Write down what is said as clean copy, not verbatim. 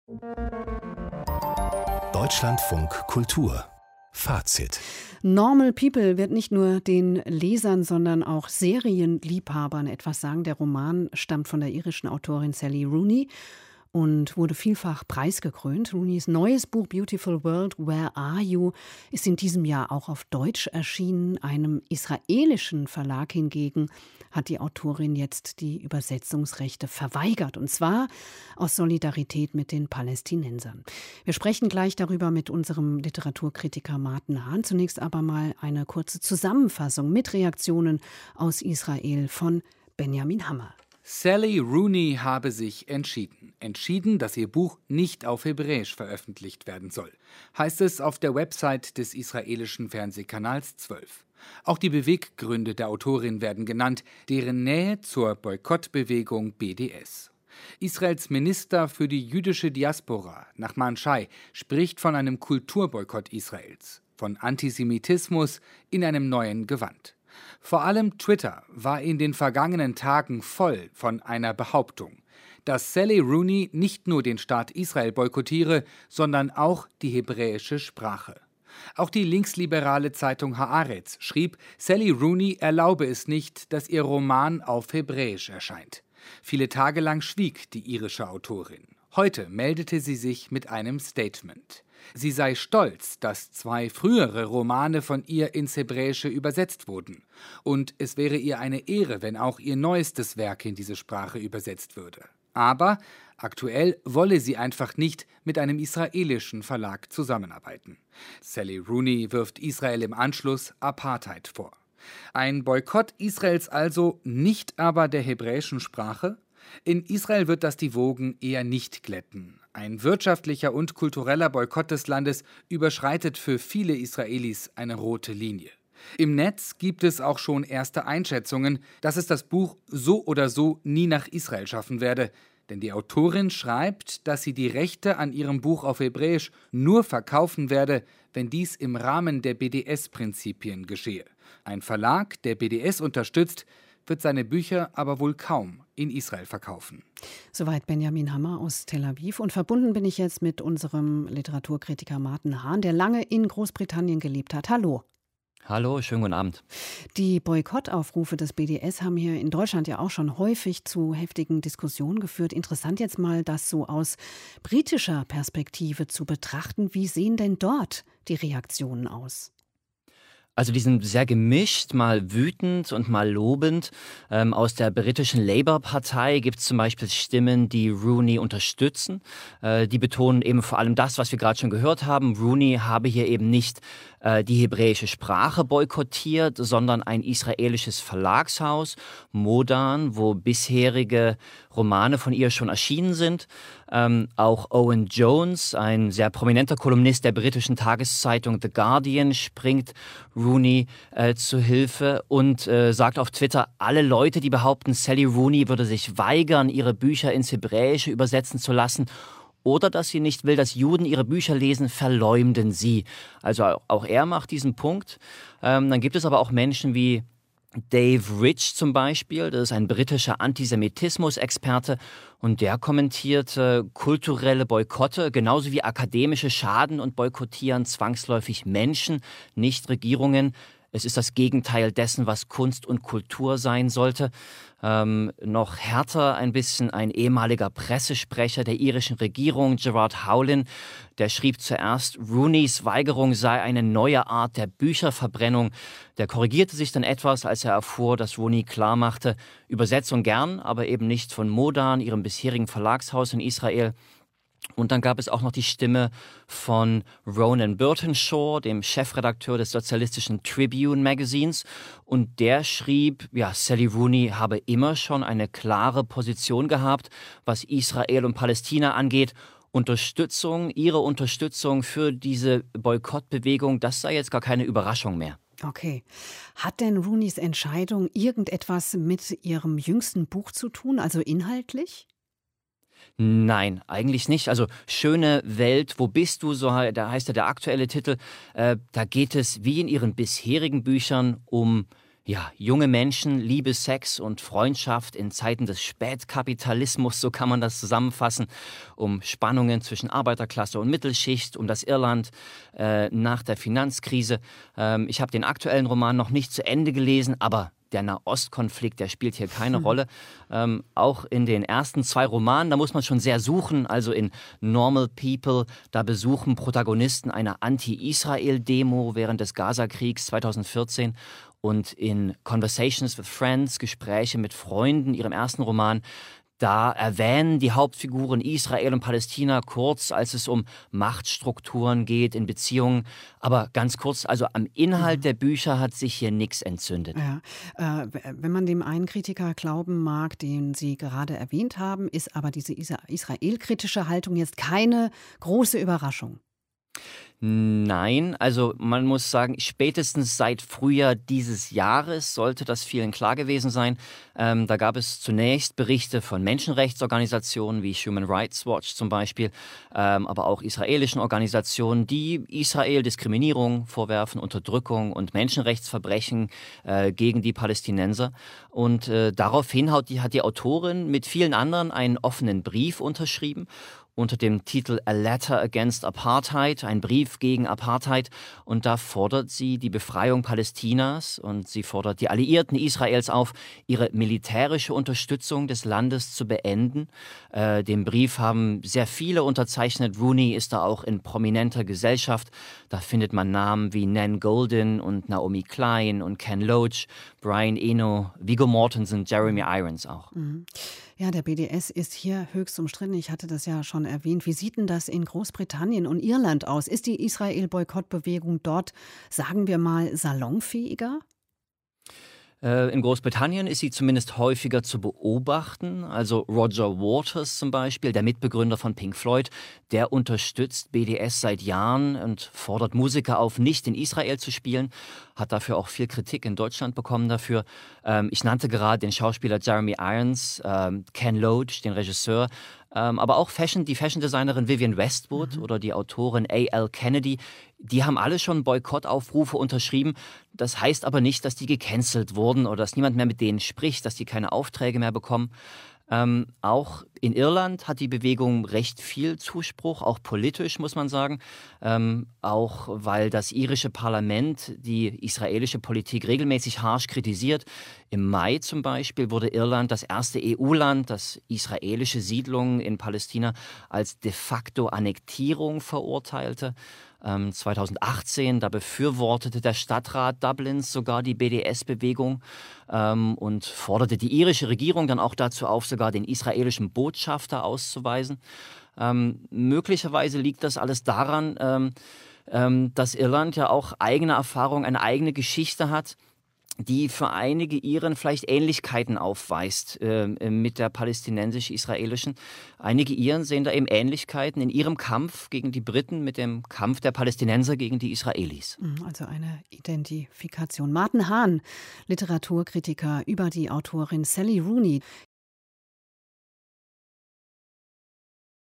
Deutschlandfunk Kultur Fazit. Normal People wird nicht nur den Lesern, sondern auch Serienliebhabern etwas sagen. Der Roman stammt von der irischen Autorin Sally Rooney und wurde vielfach preisgekrönt. Rooneys neues Buch Beautiful World, Where Are You? Ist in diesem Jahr auch auf Deutsch erschienen. Einem israelischen Verlag hingegen hat die Autorin jetzt die Übersetzungsrechte verweigert. Und zwar aus Solidarität mit den Palästinensern. Wir sprechen gleich darüber mit unserem Literaturkritiker Martin Hahn. Zunächst aber mal eine kurze Zusammenfassung mit Reaktionen aus Israel von Benjamin Hammer. Sally Rooney habe sich entschieden, dass ihr Buch nicht auf Hebräisch veröffentlicht werden soll, heißt es auf der Website des israelischen Fernsehkanals 12. Auch die Beweggründe der Autorin werden genannt, deren Nähe zur Boykottbewegung BDS. Israels Minister für die jüdische Diaspora, Nachman Shai, spricht von einem Kulturboykott Israels, von Antisemitismus in einem neuen Gewand. Vor allem Twitter war in den vergangenen Tagen voll von einer Behauptung, dass Sally Rooney nicht nur den Staat Israel boykottiere, sondern auch die hebräische Sprache. Auch die linksliberale Zeitung Haaretz schrieb, Sally Rooney erlaube es nicht, dass ihr Roman auf Hebräisch erscheint. Viele Tage lang schwieg die irische Autorin. Heute meldete sie sich mit einem Statement. Sie sei stolz, dass 2 frühere Romane von ihr ins Hebräische übersetzt wurden. Und es wäre ihr eine Ehre, wenn auch ihr neuestes Werk in diese Sprache übersetzt würde. Aber aktuell wolle sie einfach nicht mit einem israelischen Verlag zusammenarbeiten. Sally Rooney wirft Israel im Anschluss Apartheid vor. Ein Boykott Israels also, nicht aber der hebräischen Sprache? In Israel wird das die Wogen eher nicht glätten. Ein wirtschaftlicher und kultureller Boykott des Landes überschreitet für viele Israelis eine rote Linie. Im Netz gibt es auch schon erste Einschätzungen, dass es das Buch so oder so nie nach Israel schaffen werde. Denn die Autorin schreibt, dass sie die Rechte an ihrem Buch auf Hebräisch nur verkaufen werde, wenn dies im Rahmen der BDS-Prinzipien geschehe. Ein Verlag, der BDS unterstützt, wird seine Bücher aber wohl kaum in Israel verkaufen. Soweit Benjamin Hammer aus Tel Aviv. Und verbunden bin ich jetzt mit unserem Literaturkritiker Martin Hahn, der lange in Großbritannien gelebt hat. Hallo. Hallo, schönen guten Abend. Die Boykottaufrufe des BDS haben hier in Deutschland ja auch schon häufig zu heftigen Diskussionen geführt. Interessant jetzt mal, das so aus britischer Perspektive zu betrachten. Wie sehen denn dort die Reaktionen aus? Also die sind sehr gemischt, mal wütend und mal lobend. Aus der britischen Labour-Partei gibt es zum Beispiel Stimmen, die Rooney unterstützen. Die betonen eben vor allem das, was wir gerade schon gehört haben. Rooney habe hier eben nicht die hebräische Sprache boykottiert, sondern ein israelisches Verlagshaus, Modan, wo bisherige Romane von ihr schon erschienen sind. Auch Owen Jones, ein sehr prominenter Kolumnist der britischen Tageszeitung The Guardian, springt Rooney zu Hilfe und sagt auf Twitter, alle Leute, die behaupten, Sally Rooney würde sich weigern, ihre Bücher ins Hebräische übersetzen zu lassen, oder dass sie nicht will, dass Juden ihre Bücher lesen, verleumden sie. Also auch er macht diesen Punkt. Dann gibt es aber auch Menschen wie Dave Rich zum Beispiel, das ist ein britischer Antisemitismus-Experte und der kommentiert, kulturelle Boykotte genauso wie akademische Schaden und boykottieren zwangsläufig Menschen, nicht Regierungen. Es ist das Gegenteil dessen, was Kunst und Kultur sein sollte. Noch härter ein bisschen ein ehemaliger Pressesprecher der irischen Regierung, Gerard Howlin, der schrieb zuerst, Rooneys Weigerung sei eine neue Art der Bücherverbrennung. Der korrigierte sich dann etwas, als er erfuhr, dass Rooney klarmachte, Übersetzung gern, aber eben nicht von Modan, ihrem bisherigen Verlagshaus in Israel. Und dann gab es auch noch die Stimme von Ronan Burtonshaw, dem Chefredakteur des sozialistischen Tribune Magazins. Und der schrieb, ja, Sally Rooney habe immer schon eine klare Position gehabt, was Israel und Palästina angeht. Ihre Unterstützung für diese Boykottbewegung, das sei jetzt gar keine Überraschung mehr. Okay. Hat denn Rooneys Entscheidung irgendetwas mit ihrem jüngsten Buch zu tun, also inhaltlich? Nein, eigentlich nicht. Also Schöne Welt, wo bist du, da heißt ja der aktuelle Titel. Da geht es wie in ihren bisherigen Büchern um Ja, junge Menschen, Liebe, Sex und Freundschaft in Zeiten des Spätkapitalismus, so kann man das zusammenfassen, um Spannungen zwischen Arbeiterklasse und Mittelschicht, um das Irland nach der Finanzkrise. Ich habe den aktuellen Roman noch nicht zu Ende gelesen, aber der Nahostkonflikt, der spielt hier keine Rolle. Auch in den ersten 2 Romanen, da muss man schon sehr suchen. Also in Normal People, da besuchen Protagonisten eine Anti-Israel-Demo während des Gazakriegs 2014. Und in Conversations with Friends, Gespräche mit Freunden, ihrem ersten Roman, da erwähnen die Hauptfiguren Israel und Palästina kurz, als es um Machtstrukturen geht in Beziehungen. Aber ganz kurz, also am Inhalt der Bücher hat sich hier nichts entzündet. Ja, wenn man dem einen Kritiker glauben mag, den Sie gerade erwähnt haben, ist aber diese israelkritische Haltung jetzt keine große Überraschung. Nein, also man muss sagen, spätestens seit Frühjahr dieses Jahres sollte das vielen klar gewesen sein. Da gab es zunächst Berichte von Menschenrechtsorganisationen wie Human Rights Watch zum Beispiel, aber auch israelischen Organisationen, die Israel Diskriminierung vorwerfen, Unterdrückung und Menschenrechtsverbrechen gegen die Palästinenser. Und daraufhin hat die Autorin mit vielen anderen einen offenen Brief unterschrieben unter dem Titel A Letter Against Apartheid, ein Brief gegen Apartheid. Und da fordert sie die Befreiung Palästinas und sie fordert die Alliierten Israels auf, ihre militärische Unterstützung des Landes zu beenden. Den Brief haben sehr viele unterzeichnet. Rooney ist da auch in prominenter Gesellschaft. Da findet man Namen wie Nan Goldin und Naomi Klein und Ken Loach, Brian Eno, Viggo Mortensen, Jeremy Irons auch. Ja, der BDS ist hier höchst umstritten. Ich hatte das ja schon erwähnt. Wie sieht denn das in Großbritannien und Irland aus? Ist die Israel-Boykott-Bewegung dort, sagen wir mal, salonfähiger? In Großbritannien ist sie zumindest häufiger zu beobachten. Also Roger Waters zum Beispiel, der Mitbegründer von Pink Floyd, der unterstützt BDS seit Jahren und fordert Musiker auf, nicht in Israel zu spielen. Hat dafür auch viel Kritik in Deutschland bekommen dafür. Ich nannte gerade den Schauspieler Jeremy Irons, Ken Loach, den Regisseur, aber auch die Fashion-Designerin Vivienne Westwood oder die Autorin A.L. Kennedy, die haben alle schon Boykottaufrufe unterschrieben. Das heißt aber nicht, dass die gecancelt wurden oder dass niemand mehr mit denen spricht, dass die keine Aufträge mehr bekommen. Auch in Irland hat die Bewegung recht viel Zuspruch, auch politisch muss man sagen, auch weil das irische Parlament die israelische Politik regelmäßig harsch kritisiert. Im Mai zum Beispiel wurde Irland das erste EU-Land, das israelische Siedlungen in Palästina als de facto Annektierung verurteilte. 2018, da befürwortete der Stadtrat Dublins sogar die BDS-Bewegung und forderte die irische Regierung dann auch dazu auf, sogar den israelischen Botschafter auszuweisen. Möglicherweise liegt das alles daran, dass Irland ja auch eigene Erfahrung, eine eigene Geschichte hat, die für einige Iren vielleicht Ähnlichkeiten aufweist mit der palästinensisch-israelischen. Einige Iren sehen da eben Ähnlichkeiten in ihrem Kampf gegen die Briten mit dem Kampf der Palästinenser gegen die Israelis. Also eine Identifikation. Martin Hahn, Literaturkritiker über die Autorin Sally Rooney.